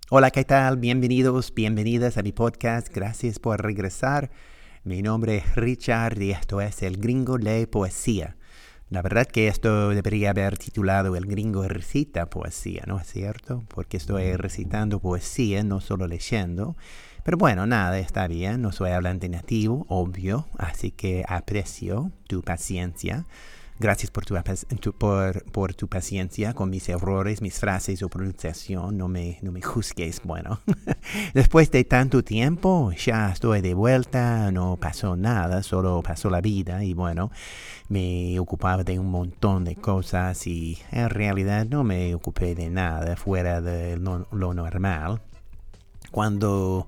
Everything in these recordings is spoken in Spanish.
Hola, ¿qué tal? Bienvenidos, bienvenidas a mi podcast. Gracias por regresar. Mi nombre es Richard y esto es El Gringo lee Poesía. La verdad que esto debería haber titulado El Gringo recita poesía, ¿no es cierto? Porque estoy recitando poesía, no solo leyendo. Pero bueno, nada, está bien. No soy hablante nativo, obvio, así que aprecio tu paciencia. Gracias por tu paciencia con mis errores, mis frases o pronunciación. No me juzgues, bueno. Después de tanto tiempo, ya estoy de vuelta. No pasó nada, solo pasó la vida. Y bueno, me ocupaba de un montón de cosas y en realidad no me ocupé de nada fuera de lo normal. Cuando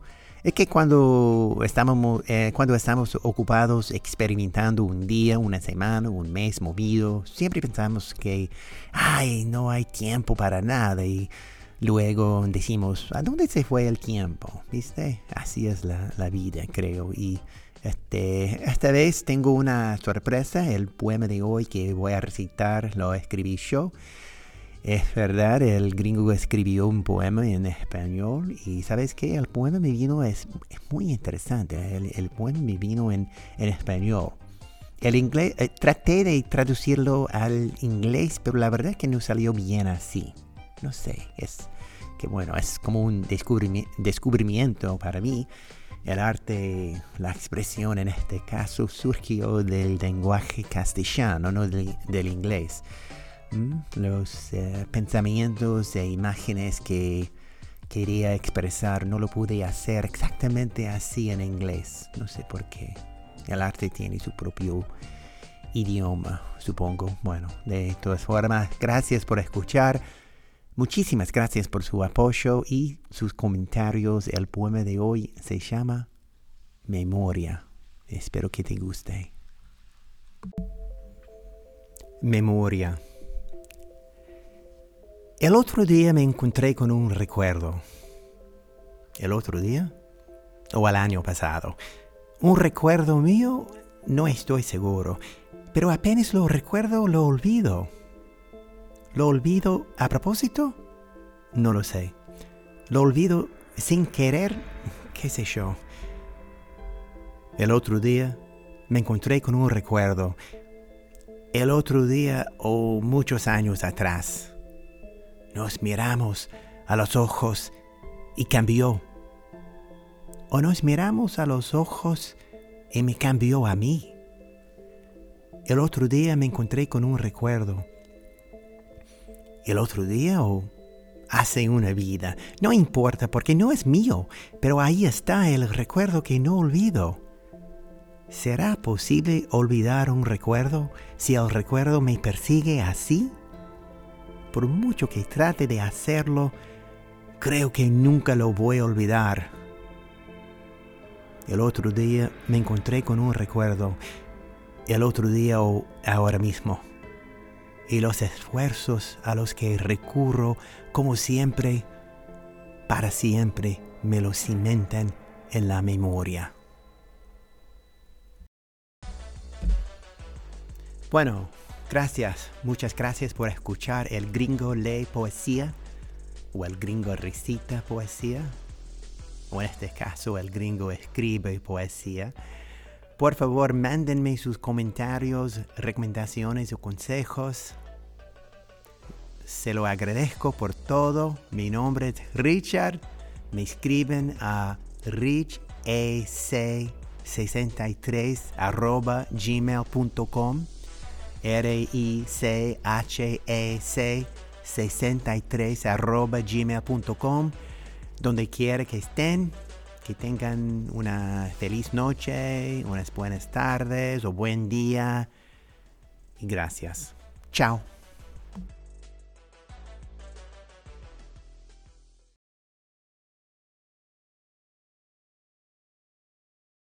estamos ocupados experimentando un día, una semana, un mes movido, siempre pensamos que, no hay tiempo para nada y luego decimos, ¿a dónde se fue el tiempo? ¿Viste? Así es la vida, creo. Y esta vez tengo una sorpresa. El poema de hoy que voy a recitar lo escribí yo. Es verdad, el gringo escribió un poema en español y ¿sabes qué? El poema me vino, es muy interesante, el poema me vino en español. El inglés, traté de traducirlo al inglés, pero la verdad que no salió bien así. No sé, es como un descubrimiento para mí. El arte, la expresión en este caso surgió del lenguaje castellano, no del inglés. Los pensamientos e imágenes que quería expresar no lo pude hacer exactamente así en inglés. No sé por qué. El arte tiene su propio idioma, supongo. Bueno, de todas formas, gracias por escuchar. Muchísimas gracias por su apoyo y sus comentarios. El poema de hoy se llama Memoria. Espero que te guste. Memoria. El otro día me encontré con un recuerdo. ¿El otro día? ¿O el año pasado? ¿Un recuerdo mío? No estoy seguro. Pero apenas lo recuerdo, lo olvido. ¿Lo olvido a propósito? No lo sé. ¿Lo olvido sin querer? ¿Qué sé yo? El otro día me encontré con un recuerdo. El otro día o muchos años atrás. Nos miramos a los ojos y cambió. O nos miramos a los ojos y me cambió a mí. El otro día me encontré con un recuerdo. El otro día o hace una vida. No importa porque no es mío, pero ahí está el recuerdo que no olvido. ¿Será posible olvidar un recuerdo si el recuerdo me persigue así? Por mucho que trate de hacerlo, creo que nunca lo voy a olvidar. El otro día me encontré con un recuerdo. El otro día o ahora mismo. Y los esfuerzos a los que recurro, como siempre, para siempre, me los cimentan en la memoria. Bueno, gracias, muchas gracias por escuchar El Gringo lee Poesía o El Gringo recita poesía o en este caso El Gringo escribe poesía. Por favor, mándenme sus comentarios, recomendaciones o consejos. Se lo agradezco por todo. Mi nombre es Richard. Me escriben a richec63@gmail.com richec63@gmail.com. Donde quiera que estén, que tengan una feliz noche, unas buenas tardes o buen día. Y gracias. Chao.